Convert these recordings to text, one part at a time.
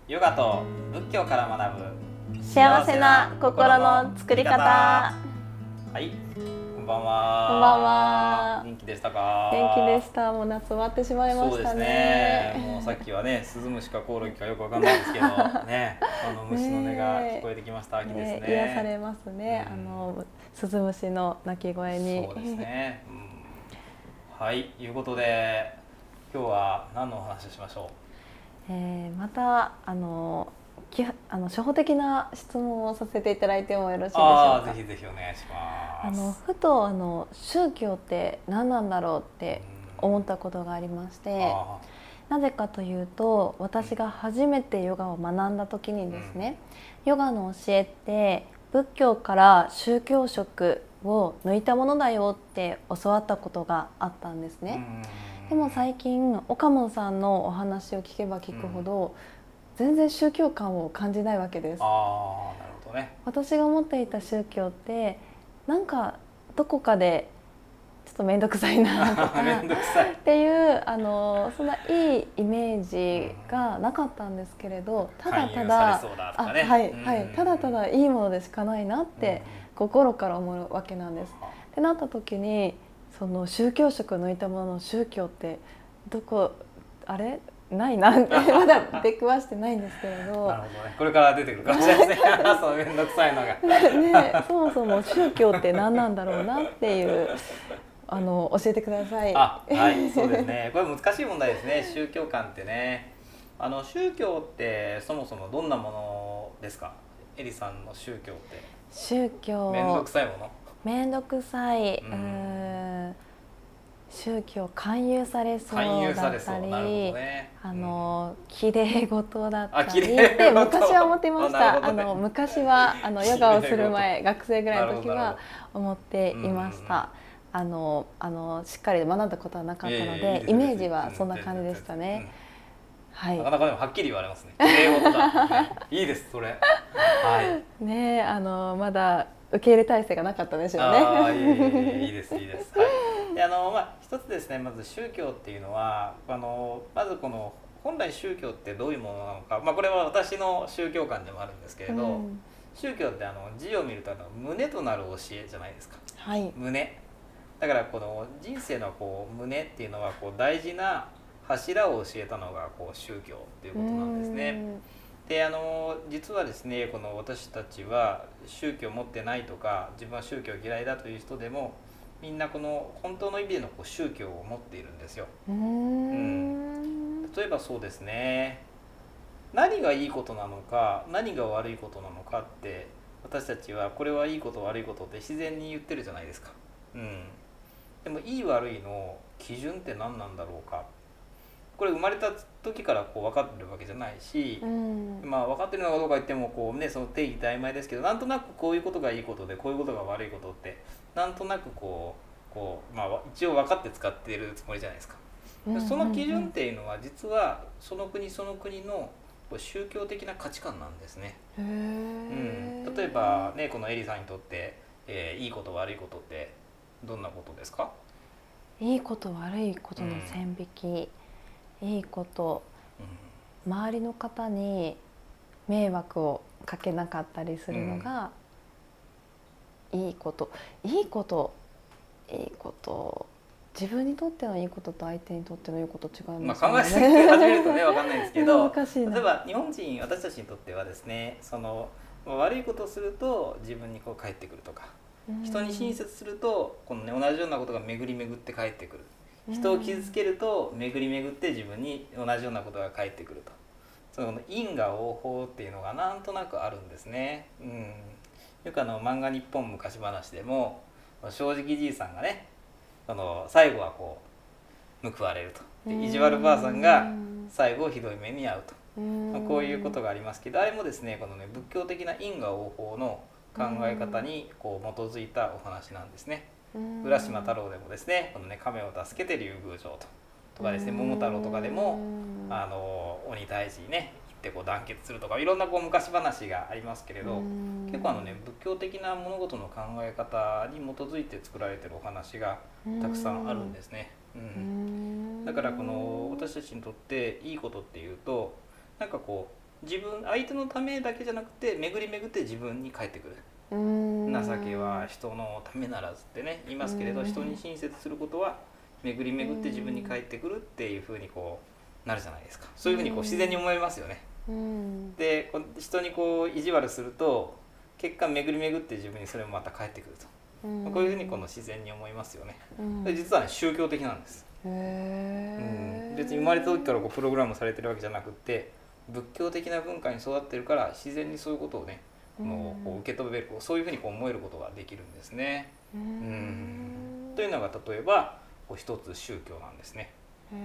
ヨガと仏教から学ぶ幸せな心の作り方。 はい、こんばんは。 こんばんは。 元気でしたか？ 元気でした。もう夏終わってしまいましたね。 そうですね。もうさっきはね、スズムシかコオロギかよくわかんないですけどね、虫の音が聞こえてきました。秋ですね。 癒されますね。スズムシの鳴き声に。 そうですね。はい、いうことで今日は何のお話をしましょう？ また初歩的な質問をさせていただいてもよろしいでしょうか？ ぜひぜひお願いします。 ふと宗教って何なんだろうって思ったことがありまして、なぜかというと私が初めてヨガを学んだ時にですね、ヨガの教えって仏教から宗教色を抜いたものだよって教わったことがあったんですね。でも最近岡門さんのお話を聞けば聞くほど、全然宗教感を感じないわけです。 なるほどね。 私が思っていた宗教ってなんかどこかでちょっと面倒くさいなとかっていうそんないいイメージがなかったんですけれど、ただただただただいいものでしかないなって心から思うわけなんです。ってなった時にその宗教色を抜いたものの宗教ってどこあれないなってまだ出くわしてないんですけれど。 なるほどね。これから出てくるかもしれないですね。その面倒くさいのが。 そもそも宗教って何なんだろうなっていう教えてください。 はい、そうですね。これ難しい問題ですね。宗教観ってね。宗教ってそもそもどんなものですか？エリさんの宗教って。 宗教。 面倒くさいもの。 面倒くさい。宗教勧誘されそうだったり、綺麗事だったりって昔は思っていました。昔はヨガをする前、学生ぐらいの時は思っていました。しっかり学んだことはなかったので、イメージはそんな感じでしたね。 はい。なかなかでもはっきり言われますね。綺麗事だ。いいです、それ。はい。 ね、まだ受け入れ体制がなかったでしょうね。いいです、いいです。はい。一つですね、まず宗教っていうのはまずこの本来宗教ってどういうものなのか、これは私の宗教観でもあるんですけれど、宗教って字を見ると胸となる教えじゃないですか。 はい。 胸だからこの人生の胸っていうのは大事な柱を教えたのが宗教っていうことなんですね。で実はですね、この私たちは宗教を持ってないとか自分は宗教嫌いだという人でもみんなこの本当の意味での宗教を持っているんですよ。例えばそうですね、何がいいことなのか何が悪いことなのかって私たちはこれはいいこと悪いことって自然に言ってるじゃないですか。でもいい悪いの基準って何なんだろうか、これ生まれた時から分かってるわけじゃないし、分かってるのかどうか言ってもその定義って曖昧ですけど、なんとなくこういうことがいいことでこういうことが悪いことってなんとなく一応分かって使っているつもりじゃないですか。その基準っていうのは実はその国その国の宗教的な価値観なんですね。例えばね、このエリさんにとって、いいこと悪いことってどんなことですか？ いいこと悪いことの線引き、いいこと、周りの方に迷惑をかけなかったりするのがいいこと、いいこと自分にとってのいいことと相手にとってのいいこと違いますよね。考え始めるとね分かんないですけど難しいな。 例えば日本人私たちにとってはですね、悪いことをすると自分に返ってくるとか、人に親切すると同じようなことが巡り巡って返ってくる、人を傷つけると巡り巡って自分に同じようなことが返ってくると、その因果応報っていうのがなんとなくあるんですね。よく漫画日本昔話でも正直じいさんがね最後は報われると、意地悪ばあさんが最後ひどい目に遭うと、こういうことがありますけど、あれもですね仏教的な因果応報の考え方に基づいたお話なんですね。浦島太郎でもですね、亀を助けて竜宮城とかですね、桃太郎とかでも鬼退治にね行って団結するとかいろんな昔話がありますけれど、結構仏教的な物事の考え方に基づいて作られてるお話がたくさんあるんですね。だから私たちにとっていいことっていうとなんか相手のためだけじゃなくて巡り巡って自分に返ってくる。情けは人のためならずってね言いますけれど、人に親切することは巡り巡って自分に返ってくるっていうふうにこうなるじゃないですか。そういうふうにこう自然に思いますよね。で人にこう意地悪すると結果巡り巡って自分にそれもまた返ってくると、こういうふうにこの自然に思いますよね。で実はね宗教的なんです。別に生まれた時からこうプログラムされてるわけじゃなくて、仏教的な文化に育ってるから自然にそういうことをねこう受け止める、そういうふうにこう思えることができるんですね。というのが例えばこう一つ宗教なんですね。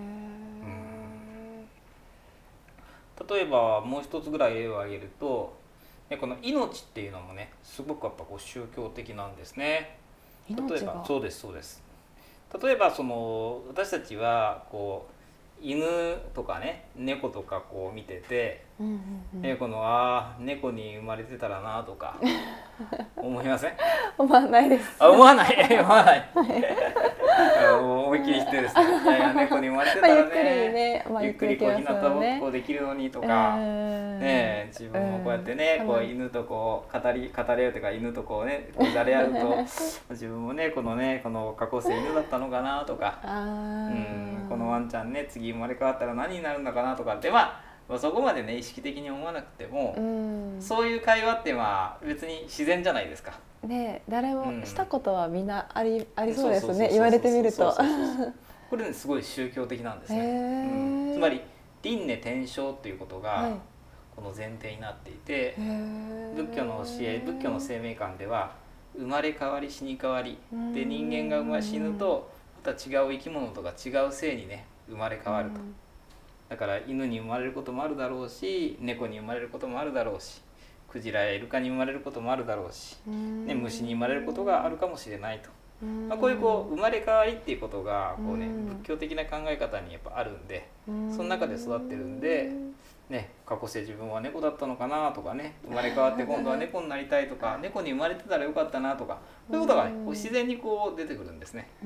例えばもう一つぐらい例を挙げると、この命っていうのもねすごくやっぱこう宗教的なんですね。例えばそうですそうです。例えばその私たちはこう犬とかね猫とかこう見てて、この猫に生まれてたらなとか思いません？ 思わないです。 思わない思わない。思いっきり言ってですね。猫に生まれてたらね、ゆっくりこう日向ぼっこできるのにとか、ね自分もこうやってねこう犬とこう語り合うというか犬とこうねじゃれ合うと自分もねこの過去生犬だったのかなとか、このワンちゃんね次生まれ変わったら何になるんだかなとかってそこまでね意識的に思わなくても、そういう会話って別に自然じゃないですか。 ね、誰もしたことはみんなありそうですね、言われてみると。 これねすごい宗教的なんですね。つまり輪廻転生っていうことがこの前提になっていて、仏教の教え仏教の生命観では生まれ変わり死に変わりで、人間が死ぬとまた違う生き物とか違う生にね生まれ変わると。だから犬に生まれることもあるだろうし、猫に生まれることもあるだろうし、クジラやイルカに生まれることもあるだろうし、虫に生まれることがあるかもしれないと。こういう生まれ変わりっていうことが仏教的な考え方にやっぱあるんで、その中で育ってるんで、過去世自分は猫だったのかなとかね、生まれ変わって今度は猫になりたいとか、猫に生まれてたらよかったなとか、そういうことが自然に出てくるんですね。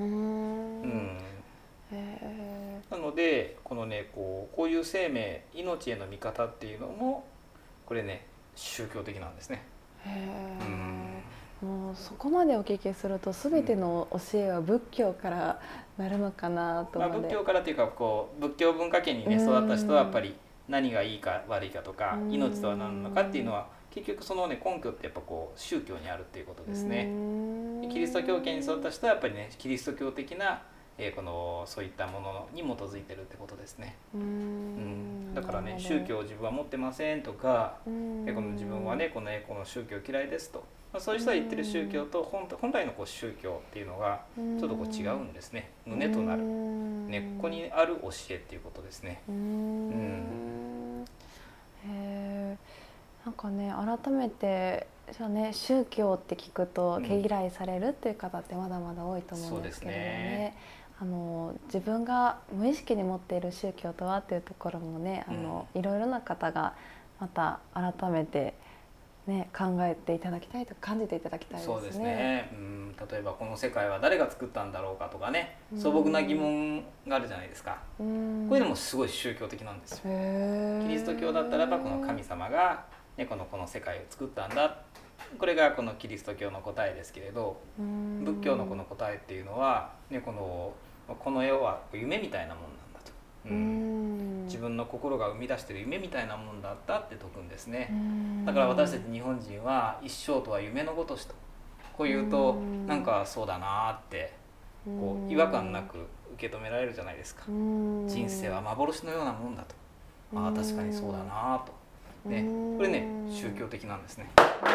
なのでこういう生命命への見方っていうのもこれね宗教的なんですね。 もうそこまでお聞きすると全ての教えは仏教からなるのかなと思って、 仏教からというか仏教文化圏にね育った人はやっぱり何がいいか悪いかとか命とは何なのかっていうのは結局そのね根拠ってやっぱ宗教にあるっていうことですね。キリスト教圏に育った人はやっぱりねキリスト教的なそういったものに基づいてるってことですね。だからね宗教を自分は持ってませんとか、自分はねこの宗教嫌いですと、そういう人が言ってる宗教と本来の宗教っていうのがちょっと違うんですね。胸となる根っこにある教えっていうことですね。 なんかね改めてじゃあね宗教って聞くと毛嫌いされるっていう方ってまだまだ多いと思うんですけれどもね。自分が無意識に持っている宗教とはっていうところもねいろいろな方がまた改めて、ね、考えていただきたいと感じていただきたいですね。 そうですね。例えばこの世界は誰が作ったんだろうかとかね素朴な疑問があるじゃないですか。こういうのもすごい宗教的なんですよ。キリスト教だったらばこの神様が、この世界を作ったんだ、これがこのキリスト教の答えですけれど、仏教のこの答えっていうのは、この世は夢みたいなもんなんだと、自分の心が生み出している夢みたいなもんだったって説くんですね。だから私たち日本人は一生とは夢のごとしとこう言うとなんかそうだなって違和感なく受け止められるじゃないですか。人生は幻のようなもんだと、確かにそうだなと、これね宗教的なんですね。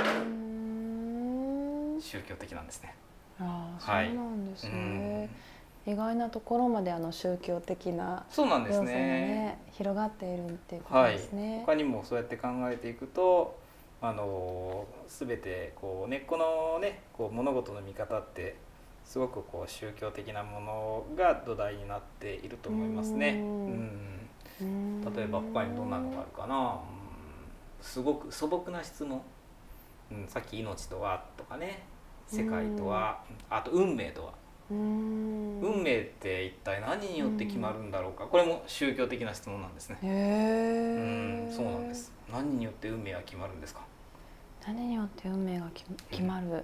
宗教的なんですね。 そうなんですね。意外なところまで宗教的な要素がね広がっているっていうことですね。 他にもそうやって考えていくと全て根っこのね物事の見方ってすごく宗教的なものが土台になっていると思いますね。例えば他にどんなのがあるかな。すごく素朴な質問、さっき命とはとかね、世界とは、あと運命とは、 運命って一体何によって決まるんだろうか、これも宗教的な質問なんですね。そうなんです。何によって運命は決まるんですか？ 何によって運命が決まる、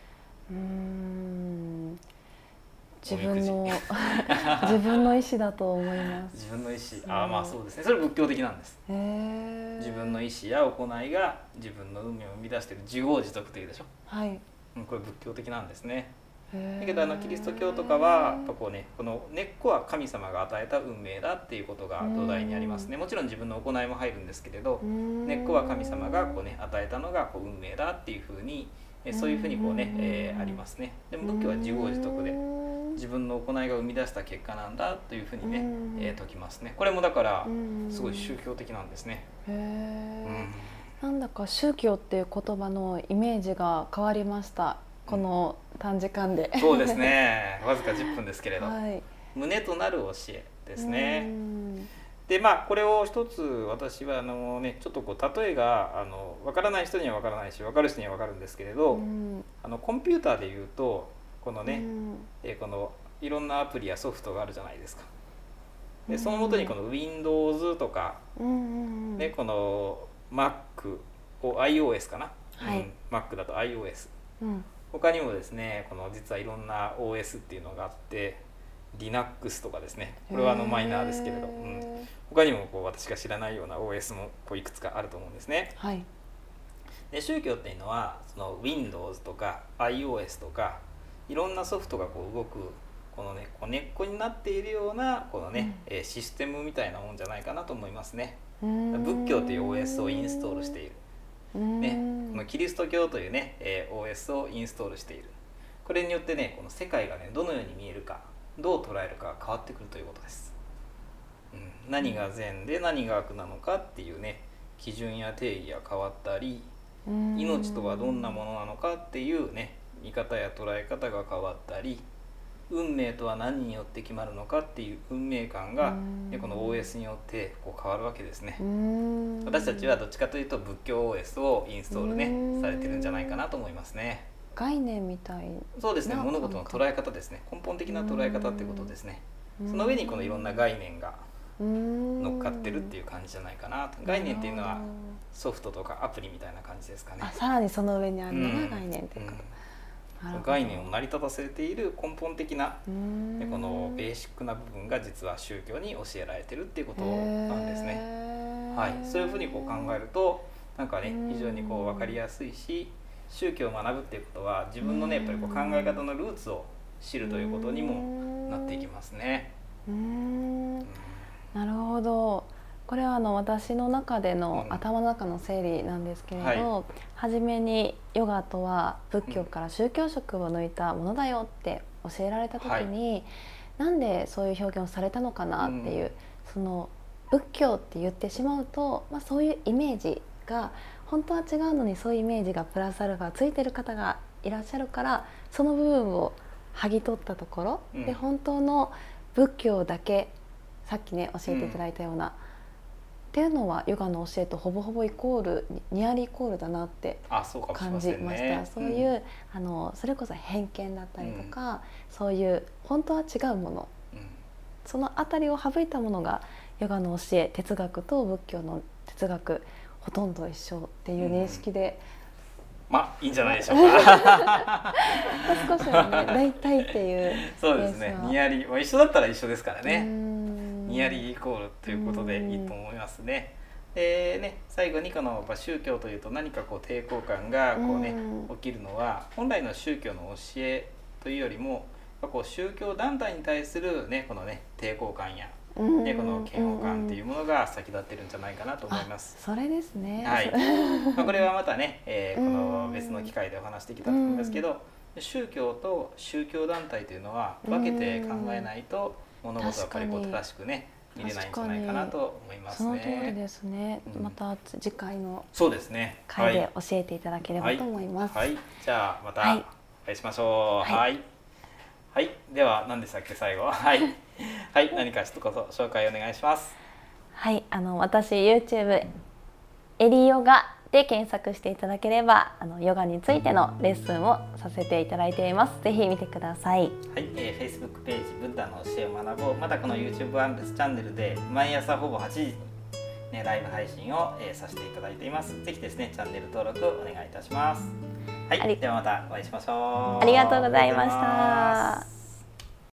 自分の意思だと思います。 自分の意思、まあそうですね。それ仏教的なんです。自分の意思や行いが自分の運命を生み出している自業自得というでしょ。はい。これ仏教的なんですね。だけどキリスト教とかはやっぱこうね、この根っこは神様が与えた運命だっていうことが土台にありますね。もちろん自分の行いも入るんですけれど、根っこは神様がこうね与えたのがこう運命だっていうふうに、そういうふうにこうね、ありますね。でも仏教は自業自得で自分の行いが生み出した結果なんだというふうにね、説きますね。これもだからすごい宗教的なんですね。 なんだか宗教っていう言葉のイメージが変わりました。この短時間で。 そうですね。わずか10分ですけれど、胸となる教えですね。でこれを一つ私はちょっとこう例えが分からない人には分からないし分かる人には分かるんですけれど、コンピューターでいうとこのね、このいろんなアプリやソフトがあるじゃないですか。でそのもとにこの Windows とか、この Mac を iOS かな、Mac だと iOS、他にもですねこの実はいろんな OS っていうのがあって、Linux とかですね、これはマイナーですけれど、他にもこう私が知らないような OS もこういくつかあると思うんですね。で宗教っていうのはその Windows とか iOS とかいろんなソフトがこう動くこのねこう根っこになっているようなこのね、システムみたいなもんじゃないかなと思いますね。仏教という OS をインストールしている。このキリスト教というね、OS をインストールしている。これによってねこの世界がねどのように見えるかどう捉えるかが変わってくるということです。何が善で何が悪なのかっていうね基準や定義が変わったり、命とはどんなものなのかっていうね見方や捉え方が変わったり、運命とは何によって決まるのかっていう運命観がこの OS によってこう変わるわけですね。私たちはどっちかというと仏教 OS をインストールねされてるんじゃないかなと思いますね。 概念みたいな。 そうですね。物事の捉え方ですね。根本的な捉え方っていうことですね。その上にこのいろんな概念が乗っかってるっていう感じじゃないかな。概念っていうのはソフトとかアプリみたいな感じですかね。 さらにその上にあるのが概念というか。 概念を成り立たせている根本的なこのベーシックな部分が実は宗教に教えられてるっていうことなんですね。そういうふうにこう考えるとなんかね非常にこう分かりやすいし、宗教を学ぶっていうことは自分のねやっぱりこう考え方のルーツを知るということにもなっていきますね。 なるほど。これは私の中での頭の中の整理なんですけれど、初めにヨガとは仏教から宗教色を抜いたものだよって教えられた時に、なんでそういう表現をされたのかなっていう、その仏教って言ってしまうと、そういうイメージが本当は違うのにそういうイメージがプラスアルファついてる方がいらっしゃるから、その部分を剥ぎ取ったところ、で本当の仏教だけさっきね教えていただいたような、っていうのはヨガの教えとほぼほぼイコールニアリーイコールだなって感じました。そういうそれこそ偏見だったりとか、そういう本当は違うもの、そのあたりを省いたものがヨガの教え、哲学と仏教の哲学ほとんど一緒っていう認識で、 いいんじゃないでしょうか。 少しはね大体っていうそうですね。ニアリー、一緒だったら一緒ですからね。ニアリーイコールということでいいと思いますね。でね、最後にこの宗教というと何かこう抵抗感がこうね起きるのは、本来の宗教の教えというよりもこう宗教団体に対するねこのね抵抗感やこの嫌悪感っていうものが先立ってるんじゃないかなと思います。 それですね。 これはまたね、この別の機会でお話してきたと思うんですけど、宗教と宗教団体というのは分けて考えないと物事はやっぱりこう正しくね見れないんじゃないかなと思いますね。 その通りですね。また次回の回で教えていただければと思います。 じゃあまたお会いしましょう。では何でしたっけ最後。何か一言紹介お願いします。 私 YouTube エリヨガで検索していただければヨガについてのレッスンをさせていただいています。ぜひ見てください。 はい、Facebook ページブッダの教えを学ぼう、またこの YouTube アンデスチャンネルで毎朝ほぼ8時に、ね、ライブ配信を、させていただいています。ぜひですねチャンネル登録お願いいたします。はい、ではまたお会いしましょう。 ありがとうございました。